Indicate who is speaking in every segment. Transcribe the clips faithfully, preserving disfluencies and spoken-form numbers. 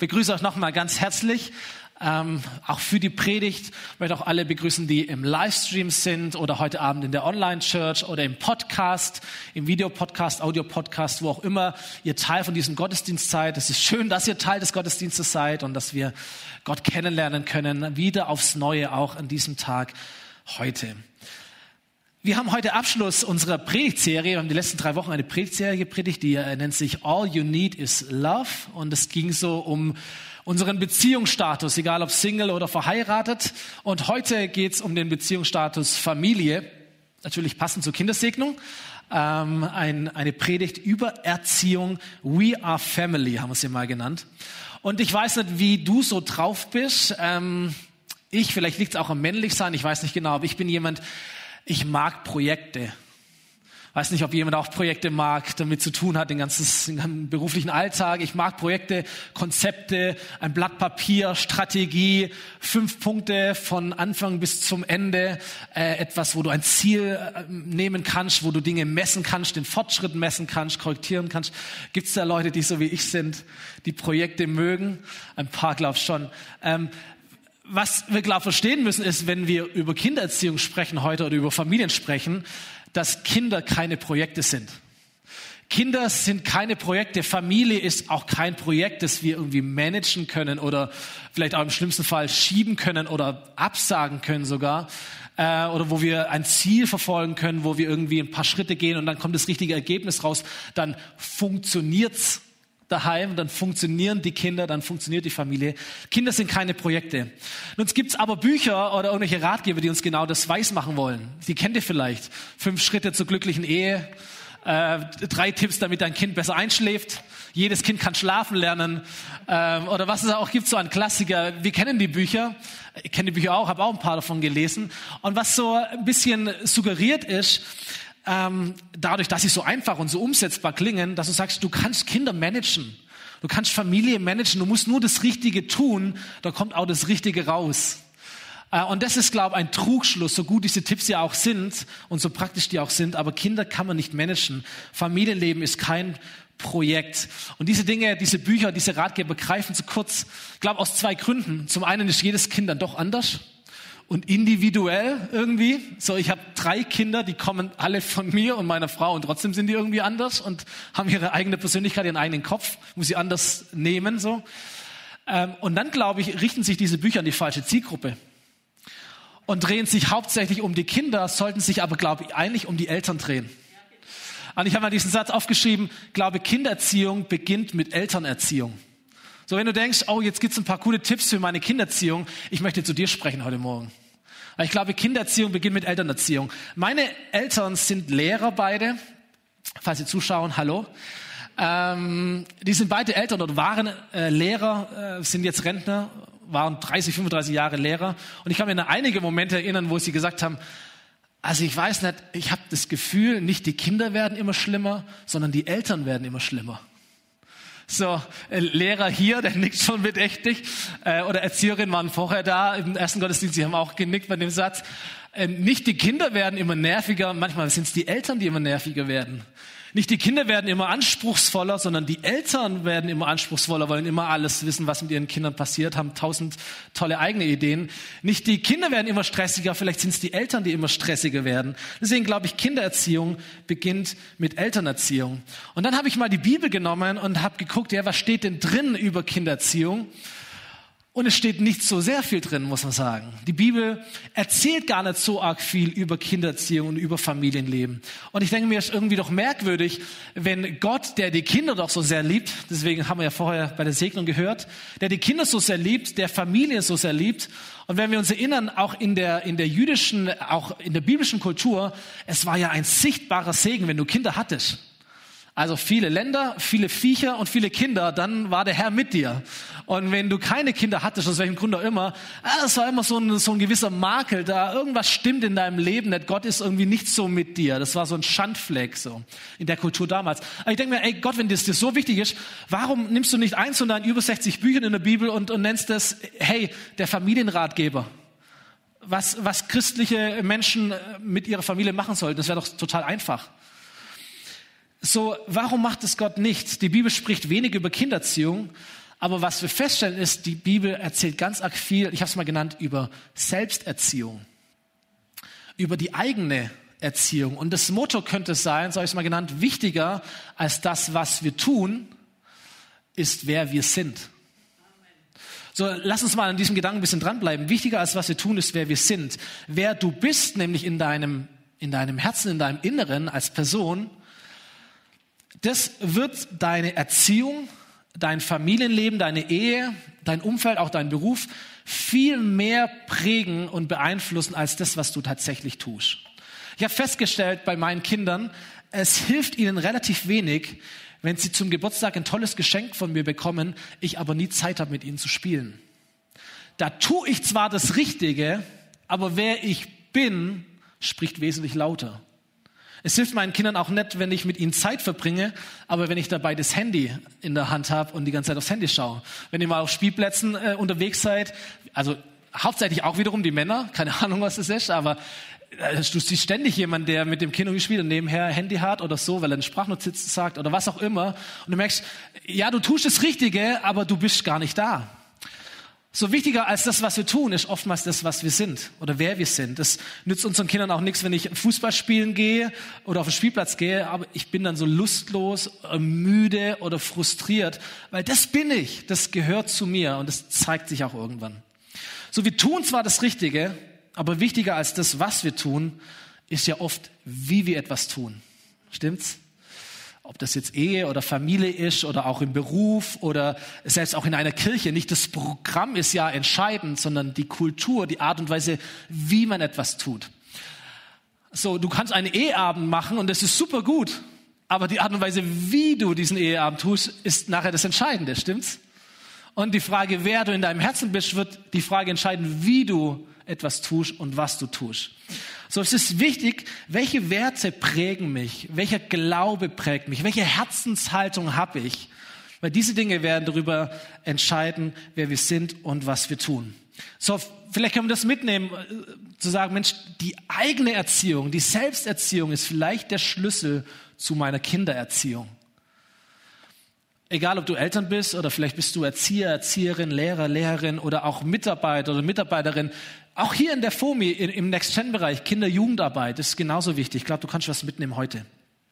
Speaker 1: begrüße euch nochmal ganz herzlich, ähm, auch für die Predigt. Ich möchte auch alle begrüßen, die im Livestream sind oder heute Abend in der Online-Church oder im Podcast, im Videopodcast, Audio-Podcast, wo auch immer ihr Teil von diesem Gottesdienst seid. Es ist schön, dass ihr Teil des Gottesdienstes seid und dass wir Gott kennenlernen können, wieder aufs Neue, auch an diesem Tag heute. Wir haben heute Abschluss unserer Predigtserie. Wir haben die letzten drei Wochen eine Predigtserie gepredigt, die nennt sich All You Need Is Love. Und es ging so um unseren Beziehungsstatus, egal ob Single oder verheiratet. Und heute geht es um den Beziehungsstatus Familie, natürlich passend zur Kindersegnung. Ähm, ein, eine Predigt über Erziehung. We are Family haben wir sie mal genannt. Und ich weiß nicht, wie du so drauf bist. Ähm, ich, vielleicht liegt es auch am Männlichsein, ich weiß nicht genau, aber ich bin jemand, ich mag Projekte. Weiß nicht, ob jemand auch Projekte mag, damit zu tun hat, den ganzen, den ganzen beruflichen Alltag. Ich mag Projekte, Konzepte, ein Blatt Papier, Strategie, fünf Punkte von Anfang bis zum Ende. Äh, etwas, wo du ein Ziel äh, nehmen kannst, wo du Dinge messen kannst, den Fortschritt messen kannst, korrigieren kannst. Gibt es da Leute, die so wie ich sind, die Projekte mögen? Ein paar, glaub ich schon. Ähm, Was wir klar verstehen müssen, ist, wenn wir über Kindererziehung sprechen heute oder über Familien sprechen, dass Kinder keine Projekte sind. Kinder sind keine Projekte. Familie ist auch kein Projekt, das wir irgendwie managen können oder vielleicht auch im schlimmsten Fall schieben können oder absagen können sogar. Äh, oder wo wir ein Ziel verfolgen können, wo wir irgendwie ein paar Schritte gehen und dann kommt das richtige Ergebnis raus. Dann funktioniert's daheim, dann funktionieren die Kinder, dann funktioniert die Familie. Kinder sind keine Projekte. Nun gibt's aber Bücher oder irgendwelche Ratgeber, die uns genau das weismachen wollen. Die kennt ihr vielleicht. Fünf Schritte zur glücklichen Ehe, äh, drei Tipps, damit dein Kind besser einschläft. Jedes Kind kann schlafen lernen. Äh, oder was es auch gibt, so ein Klassiker. Wir kennen die Bücher. Ich kenne die Bücher auch, habe auch ein paar davon gelesen. Und was so ein bisschen suggeriert ist, Ähm, dadurch, dass sie so einfach und so umsetzbar klingen, dass du sagst, du kannst Kinder managen, du kannst Familie managen, du musst nur das Richtige tun, da kommt auch das Richtige raus. Äh, und das ist, glaube ich, ein Trugschluss, so gut diese Tipps ja auch sind und so praktisch die auch sind, aber Kinder kann man nicht managen. Familienleben ist kein Projekt. Und diese Dinge, diese Bücher, diese Ratgeber greifen zu kurz, ich glaube aus zwei Gründen. Zum einen ist jedes Kind dann doch anders und individuell irgendwie. So, ich habe drei Kinder, die kommen alle von mir und meiner Frau und trotzdem sind die irgendwie anders und haben ihre eigene Persönlichkeit, ihren eigenen Kopf, muss sie anders nehmen. So. Ähm, und dann, glaube ich, richten sich diese Bücher an die falsche Zielgruppe und drehen sich hauptsächlich um die Kinder, sollten sich aber, glaube ich, eigentlich um die Eltern drehen. Und ich habe mal diesen Satz aufgeschrieben, glaube, Kindererziehung beginnt mit Elternerziehung. So, wenn du denkst, oh, jetzt gibt's ein paar coole Tipps für meine Kindererziehung, ich möchte zu dir sprechen heute Morgen. Weil ich glaube, Kindererziehung beginnt mit Elternerziehung. Meine Eltern sind Lehrer beide, falls Sie zuschauen, hallo. Ähm, die sind beide Eltern oder waren äh, Lehrer, äh, sind jetzt Rentner, waren dreißig, fünfunddreißig Jahre Lehrer. Und ich kann mich an einige Momente erinnern, wo sie gesagt haben, also ich weiß nicht, ich habe das Gefühl, nicht die Kinder werden immer schlimmer, sondern die Eltern werden immer schlimmer. So, äh, Lehrer hier, der nickt schon bedächtig, äh, oder Erzieherinnen waren vorher da im ersten Gottesdienst, die haben auch genickt bei dem Satz. Äh, nicht die Kinder werden immer nerviger, manchmal sind es die Eltern, die immer nerviger werden. Nicht die Kinder werden immer anspruchsvoller, sondern die Eltern werden immer anspruchsvoller, wollen immer alles wissen, was mit ihren Kindern passiert, haben tausend tolle eigene Ideen. Nicht die Kinder werden immer stressiger, vielleicht sind es die Eltern, die immer stressiger werden. Deswegen glaube ich, Kindererziehung beginnt mit Elternerziehung. Und dann habe ich mal die Bibel genommen und habe geguckt, ja, was steht denn drin über Kindererziehung? Und es steht nicht so sehr viel drin, muss man sagen. Die Bibel erzählt gar nicht so arg viel über Kindererziehung und über Familienleben. Und ich denke mir, es ist irgendwie doch merkwürdig, wenn Gott, der die Kinder doch so sehr liebt, deswegen haben wir ja vorher bei der Segnung gehört, der die Kinder so sehr liebt, der Familie so sehr liebt. Und wenn wir uns erinnern, auch in der, in der jüdischen, auch in der biblischen Kultur, es war ja ein sichtbarer Segen, wenn du Kinder hattest. Also viele Länder, viele Viecher und viele Kinder, dann war der Herr mit dir. Und wenn du keine Kinder hattest, aus welchem Grund auch immer, es war immer so ein, so ein gewisser Makel da, irgendwas stimmt in deinem Leben nicht, Gott ist irgendwie nicht so mit dir. Das war so ein Schandfleck so in der Kultur damals. Aber ich denke mir, ey Gott, wenn das dir so wichtig ist, warum nimmst du nicht eins von deinen über sechzig Büchern in der Bibel und, und nennst das, hey, der Familienratgeber? Was, was christliche Menschen mit ihrer Familie machen sollten, das wäre doch total einfach. So, warum macht es Gott nicht? Die Bibel spricht wenig über Kindererziehung, Aber was wir feststellen ist, die Bibel erzählt ganz arg viel, ich habe es mal genannt, über Selbsterziehung, über die eigene Erziehung. Und das Motto könnte sein, so habe ich es mal genannt, wichtiger als das, was wir tun, ist, wer wir sind. So, lass uns mal an diesem Gedanken ein bisschen dranbleiben. Wichtiger als was wir tun, ist, wer wir sind. Wer du bist, nämlich in deinem, in deinem Herzen, in deinem Inneren als Person, das wird deine Erziehung, dein Familienleben, deine Ehe, dein Umfeld, auch dein Beruf viel mehr prägen und beeinflussen als das, was du tatsächlich tust. Ich habe festgestellt bei meinen Kindern, es hilft ihnen relativ wenig, wenn sie zum Geburtstag ein tolles Geschenk von mir bekommen, ich aber nie Zeit habe, mit ihnen zu spielen. Da tue ich zwar das Richtige, aber wer ich bin, spricht wesentlich lauter. Es hilft meinen Kindern auch nicht, wenn ich mit ihnen Zeit verbringe, aber wenn ich dabei das Handy in der Hand habe und die ganze Zeit aufs Handy schaue. Wenn ihr mal auf Spielplätzen äh, unterwegs seid, also hauptsächlich auch wiederum die Männer, keine Ahnung, was das ist, aber du siehst ständig jemanden, der mit dem Kind irgendwie spielt und nebenher Handy hat oder so, weil er eine Sprachnotiz sagt oder was auch immer. Und du merkst, ja, du tust das Richtige, aber du bist gar nicht da. So wichtiger als das, was wir tun, ist oftmals das, was wir sind oder wer wir sind. Das nützt unseren Kindern auch nichts, wenn ich Fußball spielen gehe oder auf den Spielplatz gehe, aber ich bin dann so lustlos, müde oder frustriert, weil das bin ich, das gehört zu mir und das zeigt sich auch irgendwann. So, wir tun zwar das Richtige, aber wichtiger als das, was wir tun, ist ja oft, wie wir etwas tun. Stimmt's? Ob das jetzt Ehe oder Familie ist oder auch im Beruf oder selbst auch in einer Kirche. Nicht das Programm ist ja entscheidend, sondern die Kultur, die Art und Weise, wie man etwas tut. So, du kannst einen Eheabend machen und das ist super gut, aber die Art und Weise, wie du diesen Eheabend tust, ist nachher das Entscheidende. Stimmt's? Und die Frage, wer du in deinem Herzen bist, wird die Frage entscheiden, wie du etwas tust und was du tust. So, es ist wichtig, welche Werte prägen mich, welcher Glaube prägt mich, welche Herzenshaltung habe ich, weil diese Dinge werden darüber entscheiden, wer wir sind und was wir tun. So, vielleicht können wir das mitnehmen, zu sagen, Mensch, die eigene Erziehung, die Selbsterziehung ist vielleicht der Schlüssel zu meiner Kindererziehung. Egal, ob du Eltern bist oder vielleicht bist du Erzieher, Erzieherin, Lehrer, Lehrerin oder auch Mitarbeiter oder Mitarbeiterin. Auch hier in der F O M I, im Next-Gen-Bereich, Kinder-Jugendarbeit, ist genauso wichtig. Ich glaube, du kannst was mitnehmen heute.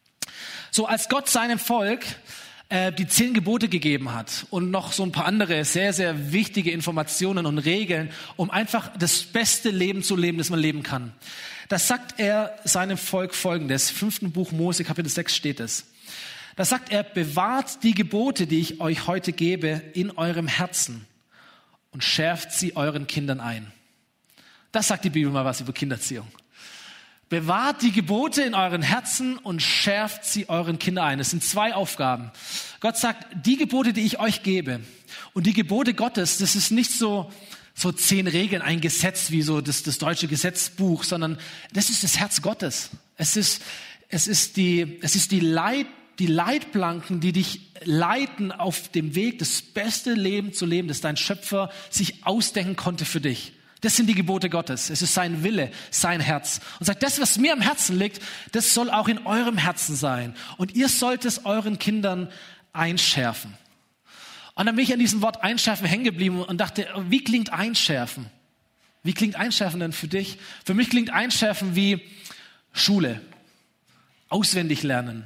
Speaker 1: So, als Gott seinem Volk äh, die zehn Gebote gegeben hat und noch so ein paar andere sehr, sehr wichtige Informationen und Regeln, um einfach das beste Leben zu leben, das man leben kann. Da sagt er seinem Volk Folgendes. Im fünften Buch Mose, Kapitel sechs steht es. Da sagt er, bewahrt die Gebote, die ich euch heute gebe, in eurem Herzen und schärft sie euren Kindern ein. Das sagt die Bibel mal was über Kindererziehung. Bewahrt die Gebote in euren Herzen und schärft sie euren Kindern ein. Das sind zwei Aufgaben. Gott sagt, die Gebote, die ich euch gebe und die Gebote Gottes, das ist nicht so, so zehn Regeln, ein Gesetz wie so das, das deutsche Gesetzbuch, sondern das ist das Herz Gottes. Es ist, es ist die, es ist die Leit, die Leitplanken, die dich leiten auf dem Weg, das beste Leben zu leben, das dein Schöpfer sich ausdenken konnte für dich. Das sind die Gebote Gottes. Es ist sein Wille, sein Herz. Und sagt, das, was mir am Herzen liegt, das soll auch in eurem Herzen sein. Und ihr sollt es euren Kindern einschärfen. Und dann bin ich an diesem Wort einschärfen hängen geblieben und dachte, wie klingt einschärfen? Wie klingt einschärfen denn für dich? Für mich klingt einschärfen wie Schule, auswendig lernen,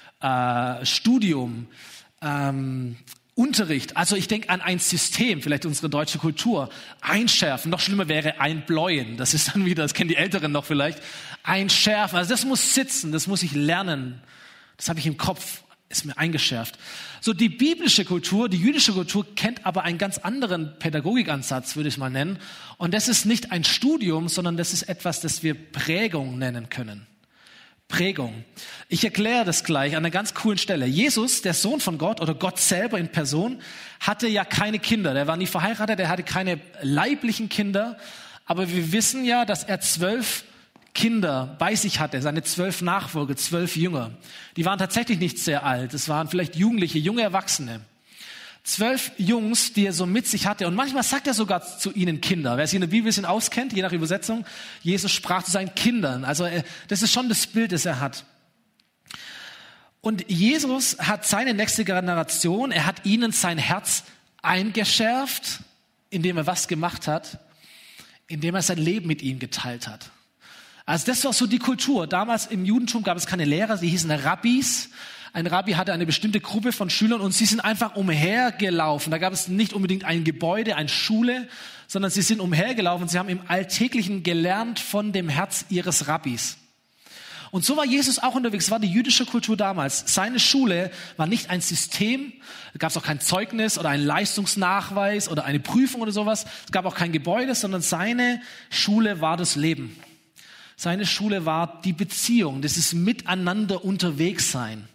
Speaker 1: äh, Studium, ähm, Unterricht, also ich denke an ein System, vielleicht unsere deutsche Kultur, einschärfen, noch schlimmer wäre einbläuen, das ist dann wieder, das kennen die Älteren noch vielleicht, einschärfen, also das muss sitzen, das muss ich lernen, das habe ich im Kopf, ist mir eingeschärft. So, die biblische Kultur, die jüdische Kultur kennt aber einen ganz anderen Pädagogikansatz, würde ich mal nennen, und das ist nicht ein Studium, sondern das ist etwas, das wir Prägung nennen können. Prägung. Ich erkläre das gleich an einer ganz coolen Stelle. Jesus, der Sohn von Gott oder Gott selber in Person, hatte ja keine Kinder. Der war nie verheiratet, er hatte keine leiblichen Kinder. Aber wir wissen ja, dass er zwölf Kinder bei sich hatte, seine zwölf Nachfolger, zwölf Jünger. Die waren tatsächlich nicht sehr alt. Es waren vielleicht Jugendliche, junge Erwachsene. Zwölf Jungs, die er so mit sich hatte. Und manchmal sagt er sogar zu ihnen Kinder. Wer sich in der Bibel ein bisschen auskennt, je nach Übersetzung, Jesus sprach zu seinen Kindern. Also das ist schon das Bild, das er hat. Und Jesus hat seine nächste Generation, er hat ihnen sein Herz eingeschärft, indem er was gemacht hat? Indem er sein Leben mit ihnen geteilt hat. Also das war so die Kultur. Damals im Judentum gab es keine Lehrer, sie hießen Rabbis. Ein Rabbi hatte eine bestimmte Gruppe von Schülern und sie sind einfach umhergelaufen. Da gab es nicht unbedingt ein Gebäude, eine Schule, sondern sie sind umhergelaufen. Sie haben im Alltäglichen gelernt von dem Herz ihres Rabbis. Und so war Jesus auch unterwegs, das war die jüdische Kultur damals. Seine Schule war nicht ein System, da gab es auch kein Zeugnis oder einen Leistungsnachweis oder eine Prüfung oder sowas. Es gab auch kein Gebäude, sondern seine Schule war das Leben. Seine Schule war die Beziehung, das ist Miteinander unterwegs sein.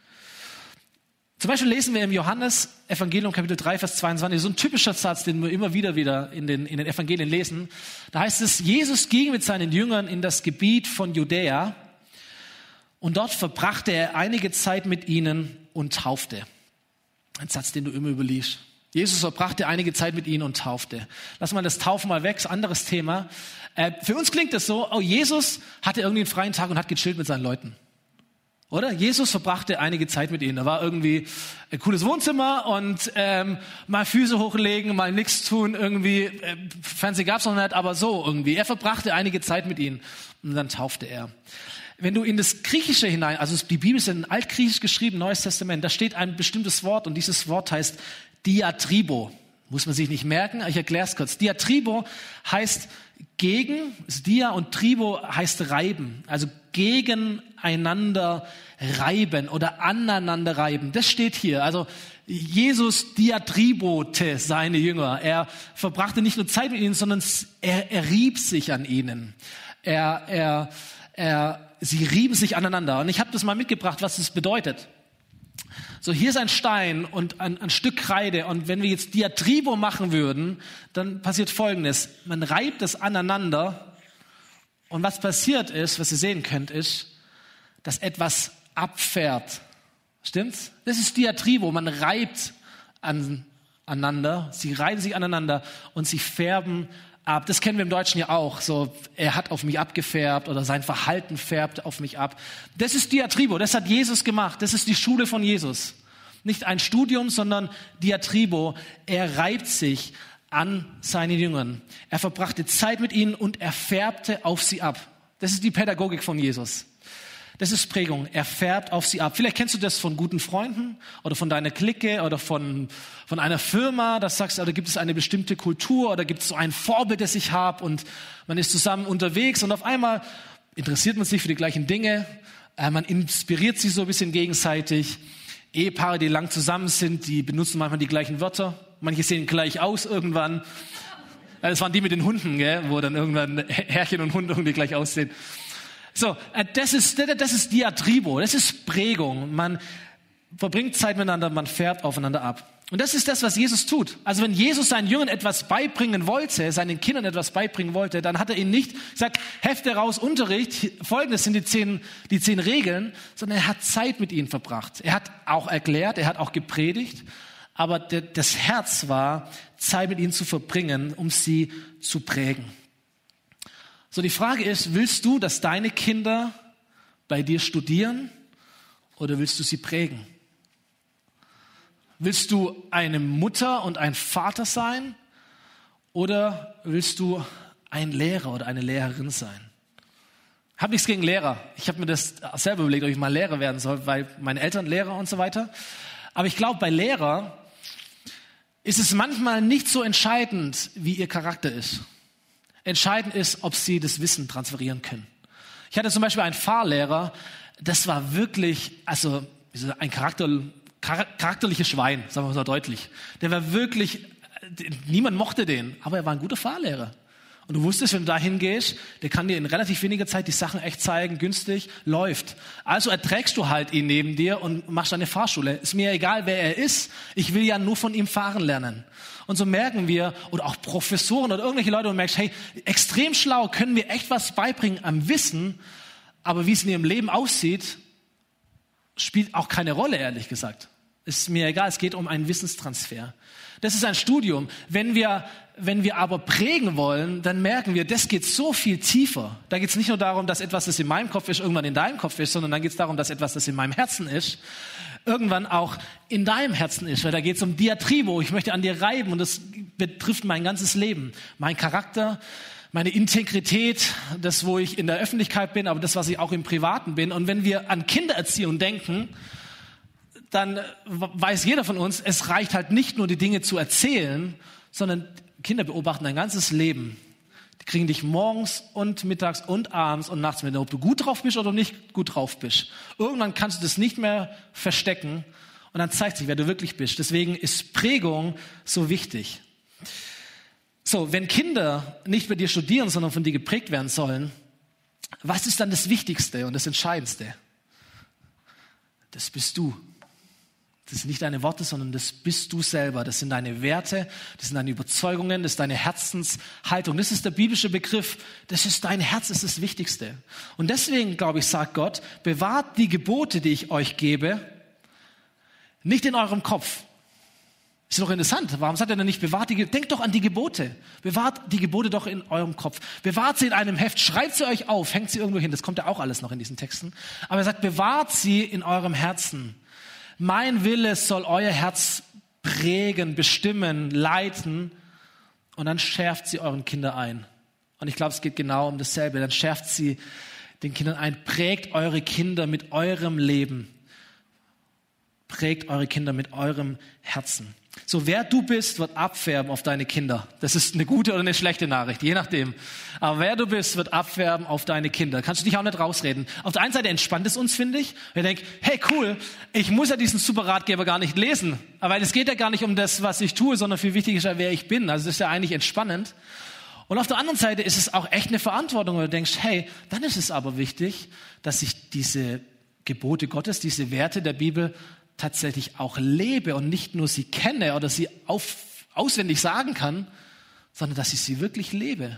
Speaker 1: Zum Beispiel lesen wir im Johannes Evangelium Kapitel drei, Vers zweiundzwanzig, so ein typischer Satz, den wir immer wieder wieder in den, in den Evangelien lesen. Da heißt es, Jesus ging mit seinen Jüngern in das Gebiet von Judäa und dort verbrachte er einige Zeit mit ihnen und taufte. Ein Satz, den du immer überliest. Jesus verbrachte einige Zeit mit ihnen und taufte. Lass mal das Taufen mal weg, anderes Thema. Äh, für uns klingt das so, oh, Jesus hatte irgendwie einen freien Tag und hat gechillt mit seinen Leuten. Oder? Jesus verbrachte einige Zeit mit ihnen. Da war irgendwie ein cooles Wohnzimmer und ähm, mal Füße hochlegen, mal nichts tun, irgendwie. Äh, Fernsehen gab's noch nicht, aber so irgendwie. Er verbrachte einige Zeit mit ihnen und dann taufte er. Wenn du in das Griechische hinein, also die Bibel ist in Altgriechisch geschrieben, Neues Testament, da steht ein bestimmtes Wort und dieses Wort heißt Diatribo. Muss man sich nicht merken, ich erkläre es kurz. Diatribo heißt gegen, ist Dia und Tribo heißt reiben, also gegeneinander reiben oder aneinander reiben. Das steht hier. Also Jesus diatribote seine Jünger. Er verbrachte nicht nur Zeit mit ihnen, sondern er, er rieb sich an ihnen. Er, er, er, sie rieben sich aneinander. Und ich habe das mal mitgebracht, was das bedeutet. So, hier ist ein Stein und ein, ein Stück Kreide und wenn wir jetzt Diatribo machen würden, dann passiert Folgendes. Man reibt es aneinander und was passiert ist, was ihr sehen könnt, ist, dass etwas abfährt. Stimmt's? Das ist Diatribo. Man reibt an, aneinander, sie reiben sich aneinander und sie färben ab. Das kennen wir im Deutschen ja auch. So, er hat auf mich abgefärbt oder sein Verhalten färbt auf mich ab. Das ist Diatribo, das hat Jesus gemacht. Das ist die Schule von Jesus. Nicht ein Studium, sondern Diatribo. Er reibt sich an seine Jüngern. Er verbrachte Zeit mit ihnen und er färbte auf sie ab. Das ist die Pädagogik von Jesus. Das ist Prägung. Er färbt auf sie ab. Vielleicht kennst du das von guten Freunden oder von deiner Clique oder von, von einer Firma. Da sagst du, oder gibt es eine bestimmte Kultur oder gibt es so ein Vorbild, das ich habe und man ist zusammen unterwegs und auf einmal interessiert man sich für die gleichen Dinge. Äh, man inspiriert sich so ein bisschen gegenseitig. Ehepaare, die lang zusammen sind, die benutzen manchmal die gleichen Wörter. Manche sehen gleich aus irgendwann. Das waren die mit den Hunden, gell? Wo dann irgendwann Herrchen und Hund irgendwie gleich aussehen. So, das ist, das ist Diatribo, das ist Prägung. Man verbringt Zeit miteinander, man färbt aufeinander ab. Und das ist das, was Jesus tut. Also wenn Jesus seinen Jüngern etwas beibringen wollte, seinen Kindern etwas beibringen wollte, dann hat er ihnen nicht gesagt, Hefte raus, Unterricht, folgendes sind die zehn, die zehn Regeln, sondern er hat Zeit mit ihnen verbracht. Er hat auch erklärt, er hat auch gepredigt, aber der, das Herz war, Zeit mit ihnen zu verbringen, um sie zu prägen. So, die Frage ist, willst du, dass deine Kinder bei dir studieren oder willst du sie prägen? Willst du eine Mutter und ein Vater sein oder willst du ein Lehrer oder eine Lehrerin sein? Ich habe nichts gegen Lehrer. Ich habe mir das selber überlegt, ob ich mal Lehrer werden soll, weil meine Eltern Lehrer und so weiter. Aber ich glaube, bei Lehrer ist es manchmal nicht so entscheidend, wie ihr Charakter ist. Entscheidend ist, ob sie das Wissen transferieren können. Ich hatte zum Beispiel einen Fahrlehrer, das war wirklich, also ein Charakter, charakterliches Schwein, sagen wir mal so deutlich. Der war wirklich, niemand mochte den, aber er war ein guter Fahrlehrer. Und du wusstest, wenn du da hingehst, der kann dir in relativ weniger Zeit die Sachen echt zeigen, günstig, läuft. Also erträgst du halt ihn neben dir und machst eine Fahrschule. Ist mir egal, wer er ist, ich will ja nur von ihm fahren lernen. Und so merken wir, oder auch Professoren oder irgendwelche Leute, wo du merkst, hey, extrem schlau, können wir echt was beibringen am Wissen, aber wie es in ihrem Leben aussieht, spielt auch keine Rolle, ehrlich gesagt. Ist mir egal, es geht um einen Wissenstransfer. Das ist ein Studium. Wenn wir, wenn wir aber prägen wollen, dann merken wir, das geht so viel tiefer. Da geht es nicht nur darum, dass etwas, das in meinem Kopf ist, irgendwann in deinem Kopf ist, sondern dann geht es darum, dass etwas, das in meinem Herzen ist, irgendwann auch in deinem Herzen ist, weil da geht es um Diatribo. Ich möchte an dir reiben und das betrifft mein ganzes Leben, mein Charakter, meine Integrität, das, wo ich in der Öffentlichkeit bin, aber das, was ich auch im Privaten bin. Und wenn wir an Kindererziehung denken, dann weiß jeder von uns, es reicht halt nicht nur, die Dinge zu erzählen, sondern Kinder beobachten dein ganzes Leben. Die kriegen dich morgens und mittags und abends und nachts mit, ob du gut drauf bist oder nicht gut drauf bist. Irgendwann kannst du das nicht mehr verstecken und dann zeigt sich, wer du wirklich bist. Deswegen ist Prägung so wichtig. So, wenn Kinder nicht bei dir studieren, sondern von dir geprägt werden sollen, was ist dann das Wichtigste und das Entscheidendste? Das bist du. Das sind nicht deine Worte, sondern das bist du selber. Das sind deine Werte, das sind deine Überzeugungen, das ist deine Herzenshaltung. Das ist der biblische Begriff. Das ist dein Herz, das ist das Wichtigste. Und deswegen, glaube ich, sagt Gott, bewahrt die Gebote, die ich euch gebe, nicht in eurem Kopf. Ist doch interessant. Warum sagt er denn nicht, bewahrt die Gebote? Denkt doch an die Gebote. Bewahrt die Gebote doch in eurem Kopf. Bewahrt sie in einem Heft. Schreibt sie euch auf. Hängt sie irgendwo hin. Das kommt ja auch alles noch in diesen Texten. Aber er sagt, bewahrt sie in eurem Herzen. Mein Wille soll euer Herz prägen, bestimmen, leiten. Und dann schärft sie euren Kindern ein. Und ich glaube, es geht genau um dasselbe. Dann schärft sie den Kindern ein. Prägt eure Kinder mit eurem Leben. Prägt eure Kinder mit eurem Herzen. So, wer du bist, wird abfärben auf deine Kinder. Das ist eine gute oder eine schlechte Nachricht, je nachdem. Aber wer du bist, wird abfärben auf deine Kinder. Kannst du dich auch nicht rausreden. Auf der einen Seite entspannt es uns, finde ich. Wir denken, hey cool, ich muss ja diesen super Ratgeber gar nicht lesen. Aber es geht ja gar nicht um das, was ich tue, sondern viel wichtiger ist ja, wer ich bin. Also das ist ja eigentlich entspannend. Und auf der anderen Seite ist es auch echt eine Verantwortung, weil du denkst, hey, dann ist es aber wichtig, dass ich diese Gebote Gottes, diese Werte der Bibel tatsächlich auch lebe und nicht nur sie kenne oder sie auf, auswendig sagen kann, sondern dass ich sie wirklich lebe.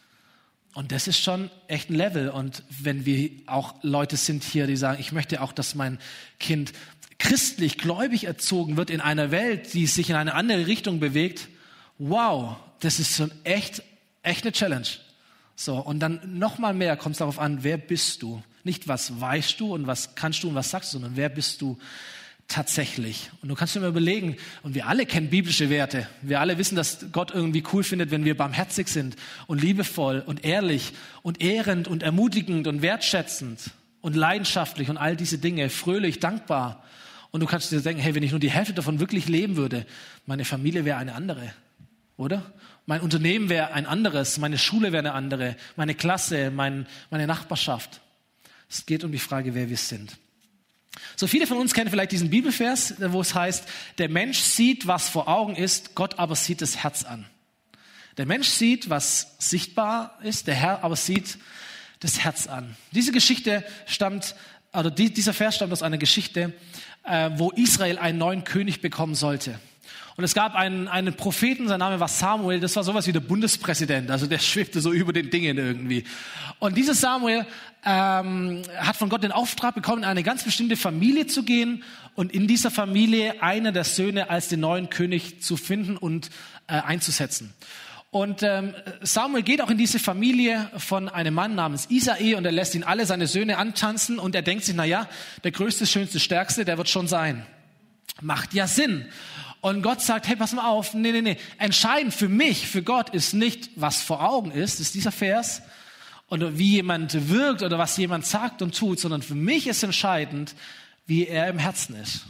Speaker 1: Und das ist schon echt ein Level. Und wenn wir auch Leute sind hier, die sagen, ich möchte auch, dass mein Kind christlich, gläubig erzogen wird in einer Welt, die sich in eine andere Richtung bewegt, wow, das ist schon echt, echt eine Challenge. So, und dann noch mal mehr kommt es darauf an, wer bist du? Nicht, was weißt du und was kannst du und was sagst du, sondern wer bist du tatsächlich? Und du kannst dir mal überlegen, und wir alle kennen biblische Werte. Wir alle wissen, dass Gott irgendwie cool findet, wenn wir barmherzig sind und liebevoll und ehrlich und ehrend und ermutigend und wertschätzend und leidenschaftlich und all diese Dinge, fröhlich, dankbar. Und du kannst dir denken, hey, wenn ich nur die Hälfte davon wirklich leben würde, meine Familie wäre eine andere, oder? Mein Unternehmen wäre ein anderes, meine Schule wäre eine andere, meine Klasse, mein, meine Nachbarschaft. Es geht um die Frage, wer wir sind. So, viele von uns kennen vielleicht diesen Bibelvers, wo es heißt, der Mensch sieht, was vor Augen ist, Gott aber sieht das Herz an. Der Mensch sieht, was sichtbar ist, der Herr aber sieht das Herz an. Diese Geschichte stammt, oder die, dieser Vers stammt aus einer Geschichte, äh, wo Israel einen neuen König bekommen sollte. Und es gab einen, einen Propheten, sein Name war Samuel, das war sowas wie der Bundespräsident, also der schwebte so über den Dingen irgendwie. Und dieser Samuel ähm, hat von Gott den Auftrag bekommen, in eine ganz bestimmte Familie zu gehen und in dieser Familie einen der Söhne als den neuen König zu finden und äh, einzusetzen. Und ähm, Samuel geht auch in diese Familie von einem Mann namens Isai und er lässt ihn alle seine Söhne antanzen und er denkt sich, na ja, der größte, schönste, stärkste, der wird schon sein. Macht ja Sinn. Und Gott sagt, hey, pass mal auf, nee, nee, nee. Entscheidend für mich, für Gott ist nicht, was vor Augen ist, ist dieser Vers, oder wie jemand wirkt oder was jemand sagt und tut, sondern für mich ist entscheidend, wie er im Herzen ist.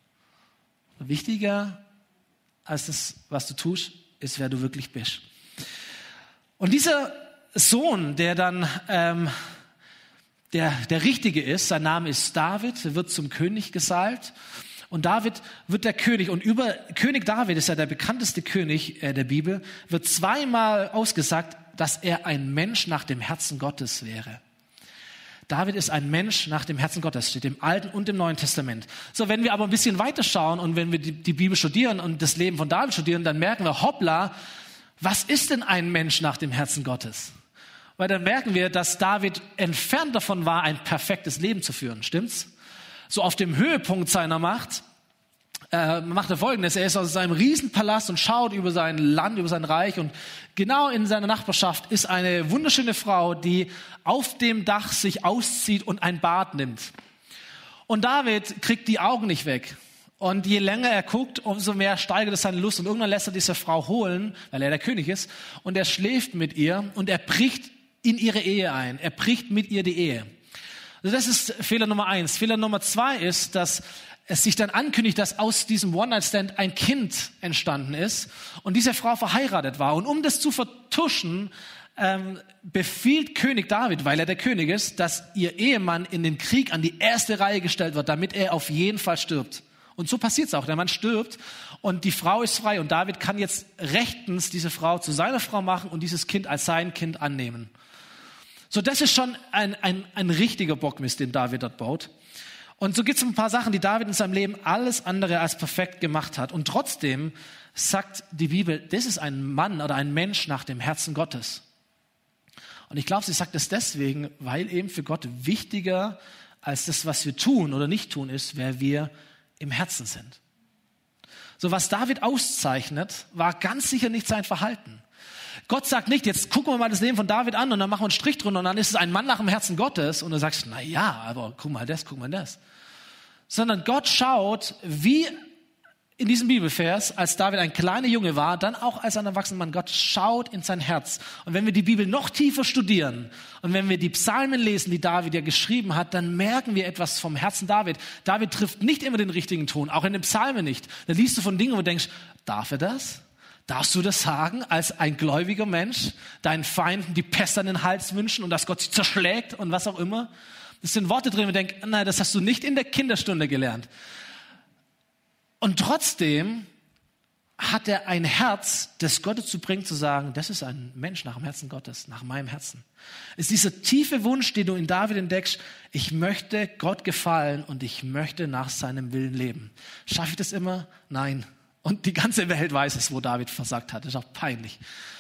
Speaker 1: Wichtiger als das, was du tust, ist, wer du wirklich bist. Und dieser Sohn, der dann ähm, der, der Richtige ist, sein Name ist David, wird zum König gesalbt. Und David wird der König. Und über König David ist ja der bekannteste König äh, der Bibel, wird zweimal ausgesagt, dass er ein Mensch nach dem Herzen Gottes wäre. David ist ein Mensch nach dem Herzen Gottes, steht im Alten und im Neuen Testament. So, wenn wir aber ein bisschen weiter schauen und wenn wir die, die Bibel studieren und das Leben von David studieren, dann merken wir, hoppla, was ist denn ein Mensch nach dem Herzen Gottes? Weil dann merken wir, dass David entfernt davon war, ein perfektes Leben zu führen. Stimmt's? So auf dem Höhepunkt seiner Macht äh, macht er Folgendes. Er ist aus seinem Riesenpalast und schaut über sein Land, über sein Reich. Und genau in seiner Nachbarschaft ist eine wunderschöne Frau, die auf dem Dach sich auszieht und ein Bad nimmt. Und David kriegt die Augen nicht weg. Und je länger er guckt, umso mehr steigert es seine Lust. Und irgendwann lässt er diese Frau holen, weil er der König ist. Und er schläft mit ihr und er bricht in ihre Ehe ein. Er bricht mit ihr die Ehe. Also das ist Fehler Nummer eins. Fehler Nummer zwei ist, dass es sich dann ankündigt, dass aus diesem One-Night-Stand ein Kind entstanden ist und diese Frau verheiratet war. Und um das zu vertuschen, ähm, befiehlt König David, weil er der König ist, dass ihr Ehemann in den Krieg an die erste Reihe gestellt wird, damit er auf jeden Fall stirbt. Und so passiert es auch. Der Mann stirbt und die Frau ist frei. Und David kann jetzt rechtens diese Frau zu seiner Frau machen und dieses Kind als sein Kind annehmen. So, das ist schon ein, ein, ein richtiger Bockmist, den David dort baut. Und so gibt es ein paar Sachen, die David in seinem Leben alles andere als perfekt gemacht hat. Und trotzdem sagt die Bibel, das ist ein Mann oder ein Mensch nach dem Herzen Gottes. Und ich glaube, sie sagt das deswegen, weil eben für Gott wichtiger als das, was wir tun oder nicht tun, ist, wer wir im Herzen sind. So, was David auszeichnet, war ganz sicher nicht sein Verhalten. Gott sagt nicht, jetzt gucken wir mal das Leben von David an und dann machen wir einen Strich drunter und dann ist es ein Mann nach dem Herzen Gottes und du sagst, na ja, aber guck mal das, guck mal das. Sondern Gott schaut, wie in diesem Bibelvers, als David ein kleiner Junge war, dann auch als ein erwachsener Mann, Gott schaut in sein Herz. Und wenn wir die Bibel noch tiefer studieren und wenn wir die Psalmen lesen, die David ja geschrieben hat, dann merken wir etwas vom Herzen David. David trifft nicht immer den richtigen Ton, auch in den Psalmen nicht. Da liest du von Dingen, wo du denkst, darf er das? Darfst du das sagen als ein gläubiger Mensch, deinen Feinden die Pest an den Hals wünschen und dass Gott sie zerschlägt und was auch immer? Das sind Worte drin, wo du denkst, nein, das hast du nicht in der Kinderstunde gelernt. Und trotzdem hat er ein Herz, das Gott dazu bringt, zu sagen, das ist ein Mensch nach dem Herzen Gottes, nach meinem Herzen. Es ist dieser tiefe Wunsch, den du in David entdeckst, ich möchte Gott gefallen und ich möchte nach seinem Willen leben. Schaffe ich das immer? Nein. Und die ganze Welt weiß es, wo David versagt hat. Das ist auch peinlich.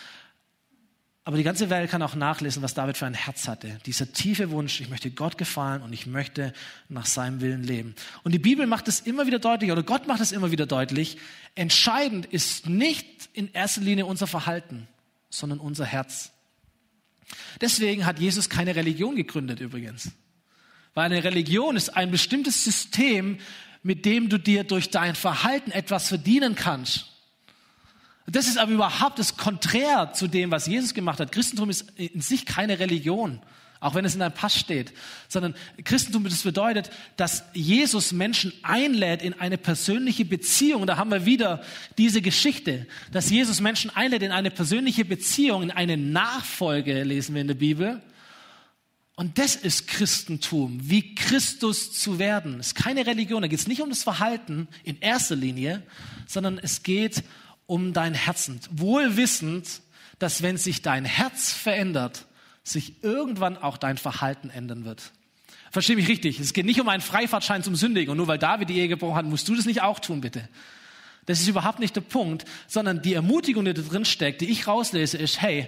Speaker 1: Aber die ganze Welt kann auch nachlesen, was David für ein Herz hatte. Dieser tiefe Wunsch, ich möchte Gott gefallen und ich möchte nach seinem Willen leben. Und die Bibel macht es immer wieder deutlich, oder Gott macht es immer wieder deutlich, entscheidend ist nicht in erster Linie unser Verhalten, sondern unser Herz. Deswegen hat Jesus keine Religion gegründet übrigens. Weil eine Religion ist ein bestimmtes System, mit dem du dir durch dein Verhalten etwas verdienen kannst. Das ist aber überhaupt das Konträr zu dem, was Jesus gemacht hat. Christentum ist in sich keine Religion, auch wenn es in einem Pass steht, sondern Christentum, das bedeutet, dass Jesus Menschen einlädt in eine persönliche Beziehung. Und da haben wir wieder diese Geschichte, dass Jesus Menschen einlädt in eine persönliche Beziehung, in eine Nachfolge, lesen wir in der Bibel. Und das ist Christentum, wie Christus zu werden. Es ist keine Religion, da geht es nicht um das Verhalten in erster Linie, sondern es geht um dein Herzen. Wohl wissend, dass wenn sich dein Herz verändert, sich irgendwann auch dein Verhalten ändern wird. Versteh mich richtig, es geht nicht um einen Freifahrtschein zum Sündigen. Und nur weil David die Ehe gebrochen hat, musst du das nicht auch tun, bitte. Das ist überhaupt nicht der Punkt, sondern die Ermutigung, die da drin steckt, die ich rauslese, ist, hey,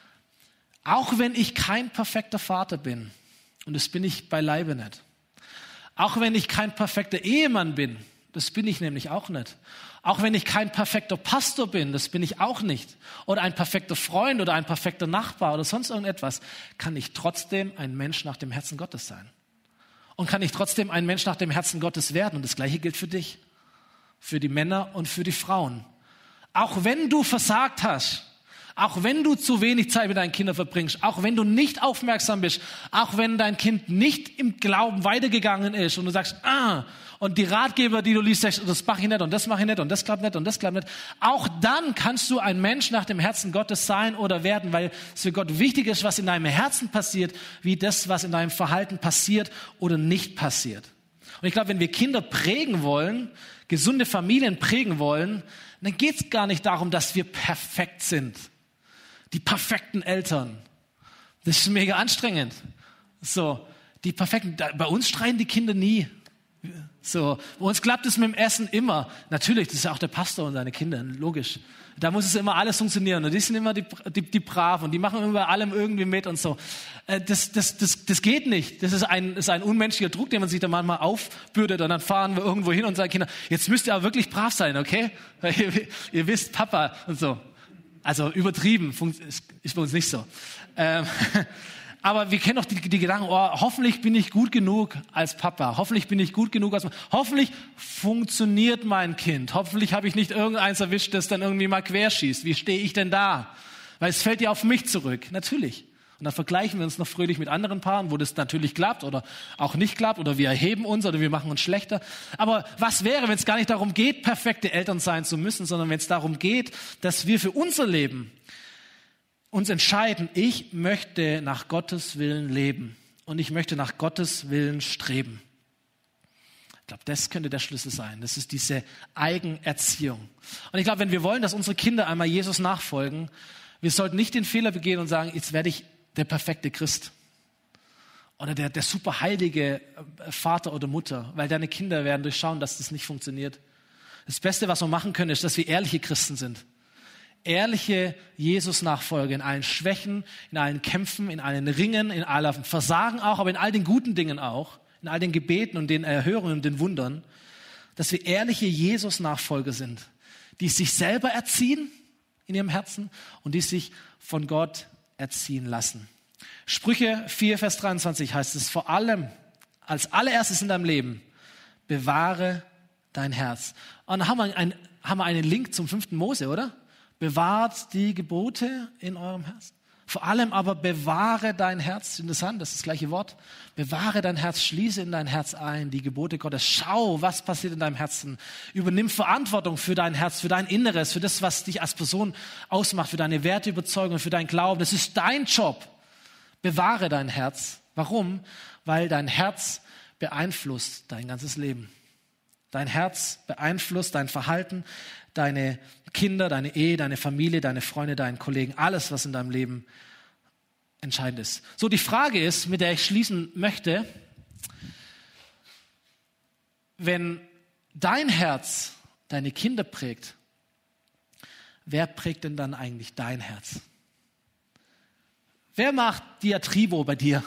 Speaker 1: auch wenn ich kein perfekter Vater bin, und das bin ich beileibe nicht, auch wenn ich kein perfekter Ehemann bin, das bin ich nämlich auch nicht, auch wenn ich kein perfekter Pastor bin, das bin ich auch nicht, oder ein perfekter Freund oder ein perfekter Nachbar oder sonst irgendetwas, kann ich trotzdem ein Mensch nach dem Herzen Gottes sein. Und kann ich trotzdem ein Mensch nach dem Herzen Gottes werden. Und das Gleiche gilt für dich, für die Männer und für die Frauen. Auch wenn du versagt hast, auch wenn du zu wenig Zeit mit deinen Kindern verbringst, auch wenn du nicht aufmerksam bist, auch wenn dein Kind nicht im Glauben weitergegangen ist und du sagst, ah, und die Ratgeber, die du liest, sagst, das mache ich nicht und das mache ich nicht und das klappt nicht und das klappt nicht. Auch dann kannst du ein Mensch nach dem Herzen Gottes sein oder werden, weil es für Gott wichtig ist, was in deinem Herzen passiert, wie das, was in deinem Verhalten passiert oder nicht passiert. Und ich glaube, wenn wir Kinder prägen wollen, gesunde Familien prägen wollen, dann geht es gar nicht darum, dass wir perfekt sind. Die perfekten Eltern. Das ist mega anstrengend. So, die perfekten, bei uns streiten die Kinder nie. So, bei uns klappt es mit dem Essen immer. Natürlich, das ist ja auch der Pastor und seine Kinder, logisch. Da muss es immer alles funktionieren. Und die sind immer die, die, die Braven und die machen immer bei allem irgendwie mit und so. Das, das, das, das geht nicht. Das ist ein, das ist ein unmenschlicher Druck, den man sich da manchmal aufbürdet. Und dann fahren wir irgendwo hin und sagen, Kinder, jetzt müsst ihr aber wirklich brav sein, okay? Ihr, ihr wisst, Papa und so. Also übertrieben, ist bei uns nicht so. Ähm, Aber wir kennen doch die, die Gedanken, oh, hoffentlich bin ich gut genug als Papa, hoffentlich bin ich gut genug als hoffentlich funktioniert mein Kind, hoffentlich habe ich nicht irgendeins erwischt, das dann irgendwie mal querschießt. Wie stehe ich denn da? Weil es fällt ja auf mich zurück, natürlich. Und dann vergleichen wir uns noch fröhlich mit anderen Paaren, wo das natürlich klappt oder auch nicht klappt oder wir erheben uns oder wir machen uns schlechter. Aber was wäre, wenn es gar nicht darum geht, perfekte Eltern sein zu müssen, sondern wenn es darum geht, dass wir für unser Leben uns entscheiden, ich möchte nach Gottes Willen leben und ich möchte nach Gottes Willen streben. Ich glaube, das könnte der Schlüssel sein. Das ist diese Eigenerziehung. Und ich glaube, wenn wir wollen, dass unsere Kinder einmal Jesus nachfolgen, wir sollten nicht den Fehler begehen und sagen, jetzt werde ich der perfekte Christ oder der, der super heilige Vater oder Mutter, weil deine Kinder werden durchschauen, dass das nicht funktioniert. Das Beste, was wir machen können, ist, dass wir ehrliche Christen sind. Ehrliche Jesus-Nachfolger in allen Schwächen, in allen Kämpfen, in allen Ringen, in allen Versagen auch, aber in all den guten Dingen auch, in all den Gebeten und den Erhörungen und den Wundern, dass wir ehrliche Jesus-Nachfolger sind, die sich selber erziehen in ihrem Herzen und die sich von Gott erziehen lassen. Sprüche vier, Vers dreiundzwanzig heißt es, vor allem, als allererstes in deinem Leben, bewahre dein Herz. Und da haben wir, ein, haben wir einen Link zum fünften Mose, oder? Bewahrt die Gebote in eurem Herzen. Vor allem aber bewahre dein Herz. Interessant, das ist das gleiche Wort. Bewahre dein Herz, schließe in dein Herz ein die Gebote Gottes. Schau, was passiert in deinem Herzen. Übernimm Verantwortung für dein Herz, für dein Inneres, für das, was dich als Person ausmacht, für deine Werteüberzeugung, für deinen Glauben. Das ist dein Job. Bewahre dein Herz. Warum? Weil dein Herz beeinflusst dein ganzes Leben. Dein Herz beeinflusst dein Verhalten, deine Kinder, deine Ehe, deine Familie, deine Freunde, deinen Kollegen, alles, was in deinem Leben entscheidend ist. So, die Frage ist, mit der ich schließen möchte, wenn dein Herz deine Kinder prägt, wer prägt denn dann eigentlich dein Herz? Wer macht Diatribo bei dir?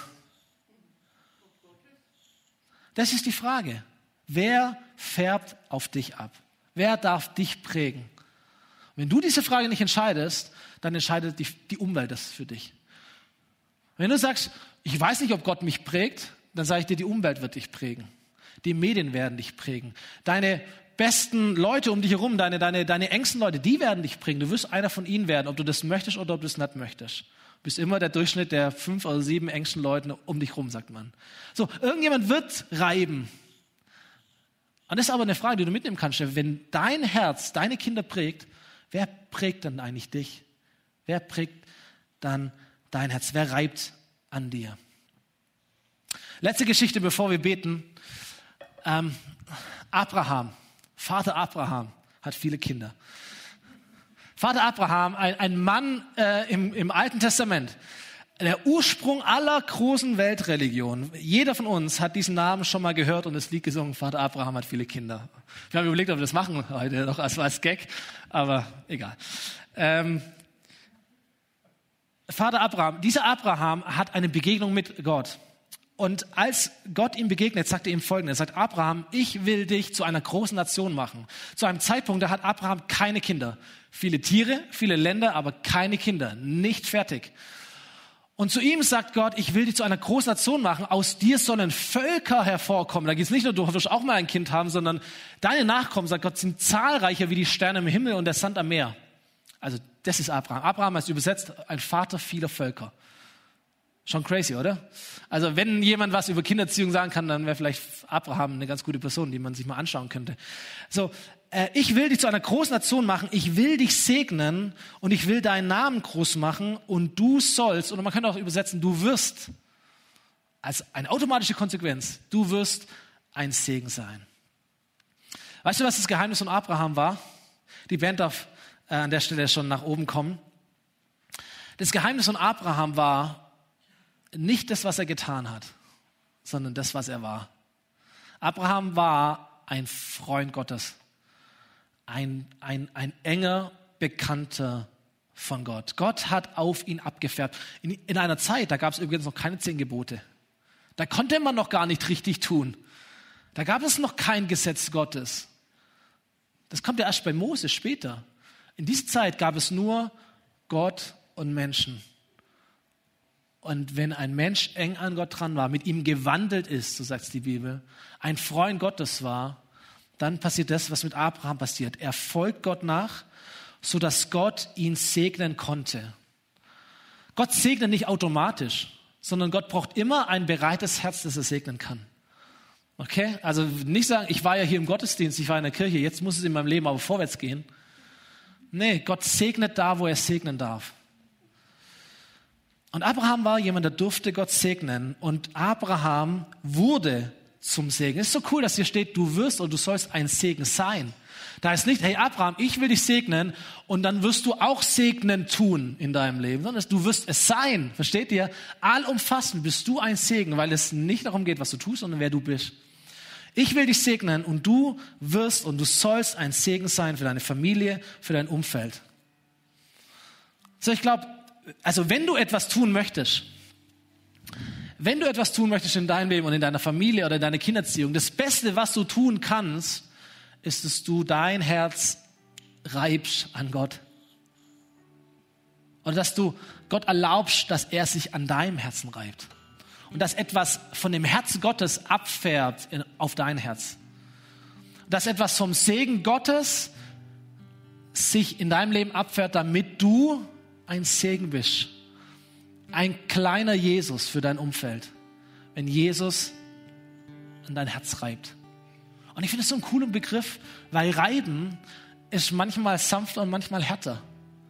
Speaker 1: Das ist die Frage. Wer färbt auf dich ab? Wer darf dich prägen? Wenn du diese Frage nicht entscheidest, dann entscheidet die, die Umwelt das für dich. Wenn du sagst, ich weiß nicht, ob Gott mich prägt, dann sage ich dir, die Umwelt wird dich prägen. Die Medien werden dich prägen. Deine besten Leute um dich herum, deine, deine, deine engsten Leute, die werden dich prägen. Du wirst einer von ihnen werden, ob du das möchtest oder ob du es nicht möchtest. Du bist immer der Durchschnitt der fünf oder sieben engsten Leuten um dich herum, sagt man. So, irgendjemand wird reiben. Und das ist aber eine Frage, die du mitnehmen kannst. Wenn dein Herz deine Kinder prägt, wer prägt dann eigentlich dich? Wer prägt dann dein Herz? Wer reibt an dir? Letzte Geschichte, bevor wir beten. Ähm, Abraham, Vater Abraham, hat viele Kinder. Vater Abraham, ein, ein Mann äh, im, im Alten Testament, der Ursprung aller großen Weltreligionen. Jeder von uns hat diesen Namen schon mal gehört und das Lied gesungen, Vater Abraham hat viele Kinder. Wir haben überlegt, ob wir das machen heute noch als, als Gag, aber egal. Ähm, Vater Abraham, dieser Abraham hat eine Begegnung mit Gott. Und als Gott ihm begegnet, sagt er ihm Folgendes. Er sagt, Abraham, ich will dich zu einer großen Nation machen. Zu einem Zeitpunkt, da hat Abraham keine Kinder. Viele Tiere, viele Länder, aber keine Kinder. Nicht fertig. Und zu ihm sagt Gott, ich will dich zu einer großen Nation machen. Aus dir sollen Völker hervorkommen. Da geht es nicht nur, du wirst auch mal ein Kind haben, sondern deine Nachkommen, sagt Gott, sind zahlreicher wie die Sterne im Himmel und der Sand am Meer. Also das ist Abraham. Abraham heißt übersetzt ein Vater vieler Völker. Schon crazy, oder? Also wenn jemand was über Kindererziehung sagen kann, dann wäre vielleicht Abraham eine ganz gute Person, die man sich mal anschauen könnte. So, äh, ich will dich zu einer großen Nation machen, ich will dich segnen und ich will deinen Namen groß machen und du sollst, oder man kann auch übersetzen, du wirst, als eine automatische Konsequenz, du wirst ein Segen sein. Weißt du, was das Geheimnis von Abraham war? Die Band darf äh, an der Stelle schon nach oben kommen. Das Geheimnis von Abraham war, nicht das, was er getan hat, sondern das, was er war. Abraham war ein Freund Gottes, ein, ein, ein enger Bekannter von Gott. Gott hat auf ihn abgefärbt. In, in einer Zeit, da gab es übrigens noch keine zehn Gebote. Da konnte man noch gar nicht richtig tun. Da gab es noch kein Gesetz Gottes. Das kommt ja erst bei Mose später. In dieser Zeit gab es nur Gott und Menschen. Und wenn ein Mensch eng an Gott dran war, mit ihm gewandelt ist, so sagt es die Bibel, ein Freund Gottes war, dann passiert das, was mit Abraham passiert. Er folgt Gott nach, sodass Gott ihn segnen konnte. Gott segnet nicht automatisch, sondern Gott braucht immer ein bereites Herz, das er segnen kann. Okay? Also nicht sagen, ich war ja hier im Gottesdienst, ich war in der Kirche, jetzt muss es in meinem Leben aber vorwärts gehen. Nee, Gott segnet da, wo er segnen darf. Und Abraham war jemand, der durfte Gott segnen. Und Abraham wurde zum Segen. Es ist so cool, dass hier steht, du wirst oder du sollst ein Segen sein. Da ist nicht, hey Abraham, ich will dich segnen und dann wirst du auch Segnen tun in deinem Leben, sondern du wirst es sein. Versteht ihr? Allumfassend bist du ein Segen, weil es nicht darum geht, was du tust, sondern wer du bist. Ich will dich segnen und du wirst und du sollst ein Segen sein für deine Familie, für dein Umfeld. So, ich glaube, also wenn du etwas tun möchtest, wenn du etwas tun möchtest in deinem Leben und in deiner Familie oder in deiner Kindererziehung, das Beste, was du tun kannst, ist, dass du dein Herz reibst an Gott. Oder dass du Gott erlaubst, dass er sich an deinem Herzen reibt. Und dass etwas von dem Herz Gottes abfährt in, auf dein Herz. Dass etwas vom Segen Gottes sich in deinem Leben abfährt, damit du ein Segen bist. Ein kleiner Jesus für dein Umfeld. Wenn Jesus an dein Herz reibt. Und ich finde das so einen coolen Begriff, weil reiben ist manchmal sanfter und manchmal härter.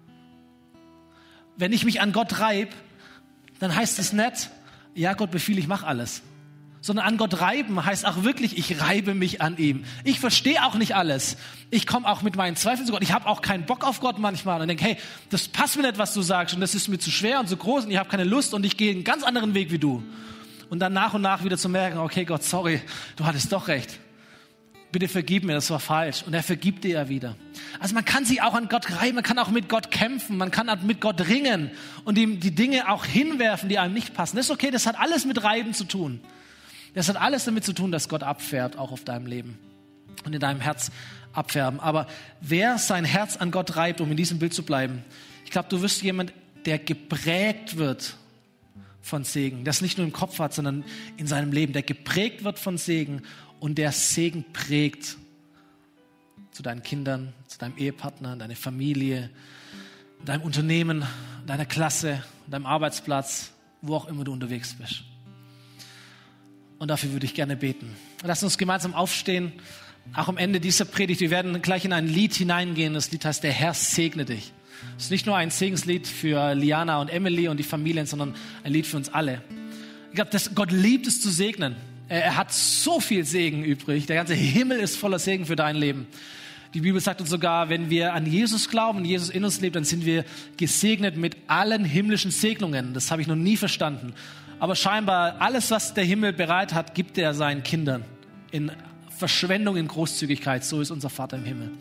Speaker 1: Wenn ich mich an Gott reibe, dann heißt es nicht, ja Gott befiehlt, ich mache alles. Sondern an Gott reiben heißt auch wirklich, ich reibe mich an ihm. Ich verstehe auch nicht alles. Ich komme auch mit meinen Zweifeln zu Gott. Ich habe auch keinen Bock auf Gott manchmal und denke, hey, das passt mir nicht, was du sagst und das ist mir zu schwer und zu groß und ich habe keine Lust und ich gehe einen ganz anderen Weg wie du. Und dann nach und nach wieder zu merken, okay Gott, sorry, du hattest doch recht. Bitte vergib mir, das war falsch. Und er vergibt dir ja wieder. Also man kann sich auch an Gott reiben, man kann auch mit Gott kämpfen, man kann auch mit Gott ringen und ihm die Dinge auch hinwerfen, die einem nicht passen. Das ist okay, das hat alles mit Reiben zu tun. Das hat alles damit zu tun, dass Gott abfährt, auch auf deinem Leben und in deinem Herz abfärben. Aber wer sein Herz an Gott reibt, um in diesem Bild zu bleiben, ich glaube, du wirst jemand, der geprägt wird von Segen, das nicht nur im Kopf hat, sondern in seinem Leben, der geprägt wird von Segen und der Segen prägt zu deinen Kindern, zu deinem Ehepartner, deiner Familie, deinem Unternehmen, deiner Klasse, deinem Arbeitsplatz, wo auch immer du unterwegs bist. Und dafür würde ich gerne beten. Lass uns gemeinsam aufstehen, auch am Ende dieser Predigt. Wir werden gleich in ein Lied hineingehen. Das Lied heißt, der Herr segne dich. Es ist nicht nur ein Segenslied für Liana und Emily und die Familien, sondern ein Lied für uns alle. Ich glaube, Gott liebt es zu segnen. Er hat so viel Segen übrig. Der ganze Himmel ist voller Segen für dein Leben. Die Bibel sagt uns sogar, wenn wir an Jesus glauben und Jesus in uns lebt, dann sind wir gesegnet mit allen himmlischen Segnungen. Das habe ich noch nie verstanden. Aber scheinbar alles, was der Himmel bereit hat, gibt er seinen Kindern. In Verschwendung, in Großzügigkeit. So ist unser Vater im Himmel.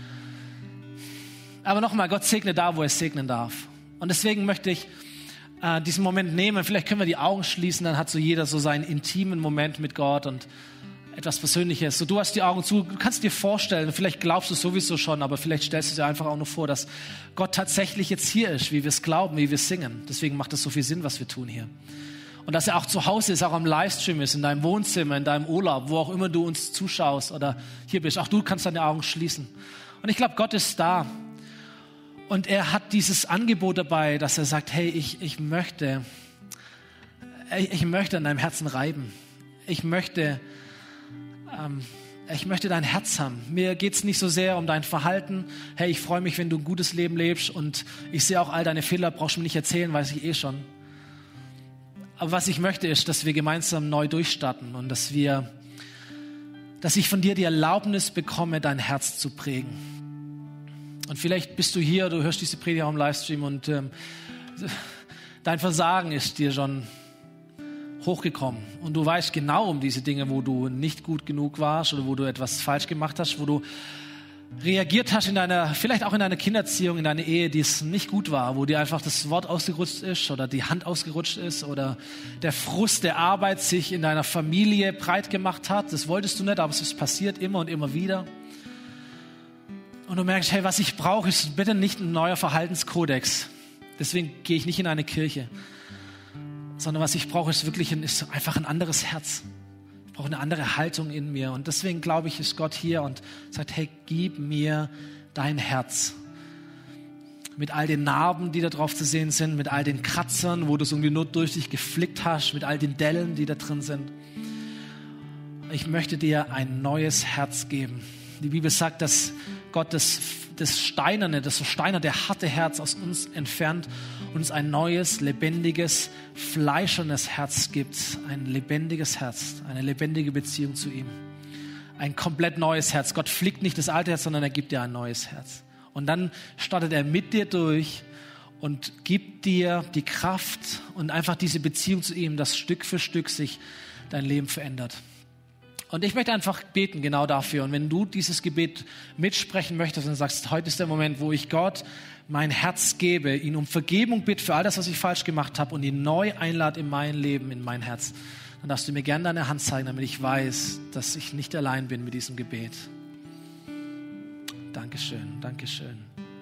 Speaker 1: Aber nochmal, Gott segne da, wo er segnen darf. Und deswegen möchte ich äh, diesen Moment nehmen. Vielleicht können wir die Augen schließen, dann hat so jeder so seinen intimen Moment mit Gott und etwas Persönliches. So, du hast die Augen zu, du kannst dir vorstellen, vielleicht glaubst du sowieso schon, aber vielleicht stellst du dir einfach auch nur vor, dass Gott tatsächlich jetzt hier ist, wie wir es glauben, wie wir es singen. Deswegen macht es so viel Sinn, was wir tun hier. Und dass er auch zu Hause ist, auch am Livestream ist, in deinem Wohnzimmer, in deinem Urlaub, wo auch immer du uns zuschaust oder hier bist. Auch du kannst deine Augen schließen. Und ich glaube, Gott ist da. Und er hat dieses Angebot dabei, dass er sagt, hey, ich, ich möchte, ich, ich möchte an deinem Herzen reiben. Ich möchte, ähm, ich möchte dein Herz haben. Mir geht's nicht so sehr um dein Verhalten. Hey, ich freue mich, wenn du ein gutes Leben lebst und ich sehe auch all deine Fehler, brauchst du mir nicht erzählen, weiß ich eh schon. Aber was ich möchte, ist, dass wir gemeinsam neu durchstarten und dass wir, dass ich von dir die Erlaubnis bekomme, dein Herz zu prägen. Und vielleicht bist du hier, du hörst diese Predigt auch im Livestream und ähm, dein Versagen ist dir schon hochgekommen. Und du weißt genau um diese Dinge, wo du nicht gut genug warst oder wo du etwas falsch gemacht hast, wo du reagiert hast in deiner, vielleicht auch in deiner Kindererziehung, in deiner Ehe, die es nicht gut war, wo dir einfach das Wort ausgerutscht ist oder die Hand ausgerutscht ist oder der Frust der Arbeit sich in deiner Familie breit gemacht hat. Das wolltest du nicht, aber es ist passiert immer und immer wieder. Und du merkst, hey, was ich brauche, ist bitte nicht ein neuer Verhaltenskodex. Deswegen gehe ich nicht in eine Kirche. sondern was ich brauche, ist wirklich ein, ist einfach ein anderes Herz. Ich brauche eine andere Haltung in mir. Und deswegen glaube ich, ist Gott hier und sagt, hey, gib mir dein Herz. Mit all den Narben, die da drauf zu sehen sind, mit all den Kratzern, wo du es irgendwie nur durch dich geflickt hast, mit all den Dellen, die da drin sind. Ich möchte dir ein neues Herz geben. Die Bibel sagt, dass Gott das, das steinerne, das versteinerte, harte Herz aus uns entfernt und uns ein neues, lebendiges, fleischernes Herz gibt. Ein lebendiges Herz, eine lebendige Beziehung zu ihm. Ein komplett neues Herz. Gott flickt nicht das alte Herz, sondern er gibt dir ein neues Herz. Und dann startet er mit dir durch und gibt dir die Kraft und einfach diese Beziehung zu ihm, dass Stück für Stück sich dein Leben verändert. Und ich möchte einfach beten genau dafür. Und wenn du dieses Gebet mitsprechen möchtest und sagst, heute ist der Moment, wo ich Gott mein Herz gebe, ihn um Vergebung bitte für all das, was ich falsch gemacht habe und ihn neu einlade in mein Leben, in mein Herz, dann darfst du mir gerne deine Hand zeigen, damit ich weiß, dass ich nicht allein bin mit diesem Gebet. Dankeschön, Dankeschön.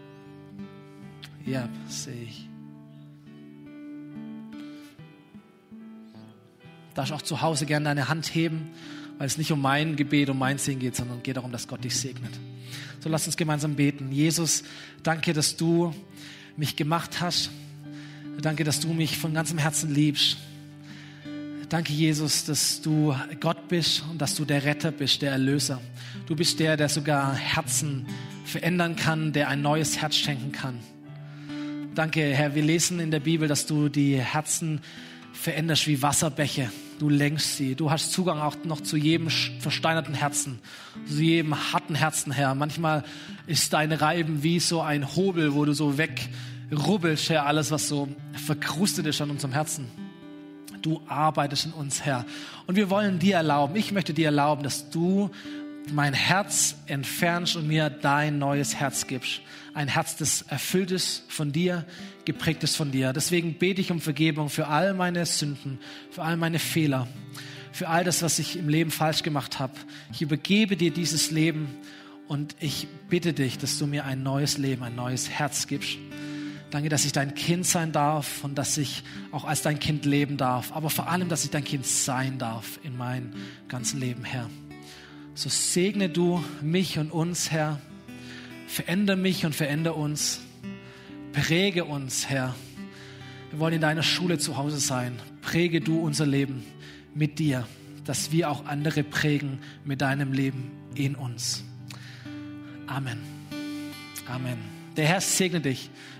Speaker 1: Ja, sehe ich. Du darfst auch zu Hause gerne deine Hand heben, weil es nicht um mein Gebet, um mein Singen geht, sondern es geht darum, dass Gott dich segnet. So, lass uns gemeinsam beten. Jesus, danke, dass du mich gemacht hast. Danke, dass du mich von ganzem Herzen liebst. Danke, Jesus, dass du Gott bist und dass du der Retter bist, der Erlöser. Du bist der, der sogar Herzen verändern kann, der ein neues Herz schenken kann. Danke, Herr, wir lesen in der Bibel, dass du die Herzen veränderst wie Wasserbäche. Du lenkst sie. Du hast Zugang auch noch zu jedem versteinerten Herzen, zu jedem harten Herzen, Herr. Manchmal ist dein Reiben wie so ein Hobel, wo du so wegrubbelst, Herr, alles, was so verkrustet ist an unserem Herzen. Du arbeitest in uns, Herr. Und wir wollen dir erlauben, ich möchte dir erlauben, dass du mein Herz entfernst und mir dein neues Herz gibst. Ein Herz, das erfüllt ist von dir, geprägt ist von dir. Deswegen bete ich um Vergebung für all meine Sünden, für all meine Fehler, für all das, was ich im Leben falsch gemacht habe. Ich übergebe dir dieses Leben und ich bitte dich, dass du mir ein neues Leben, ein neues Herz gibst. Danke, dass ich dein Kind sein darf und dass ich auch als dein Kind leben darf. Aber vor allem, dass ich dein Kind sein darf in meinem ganzen Leben, Herr. So segne du mich und uns, Herr. Verändere mich und verändere uns. Präge uns, Herr. Wir wollen in deiner Schule zu Hause sein. Präge du unser Leben mit dir, dass wir auch andere prägen mit deinem Leben in uns. Amen. Amen. Der Herr segne dich.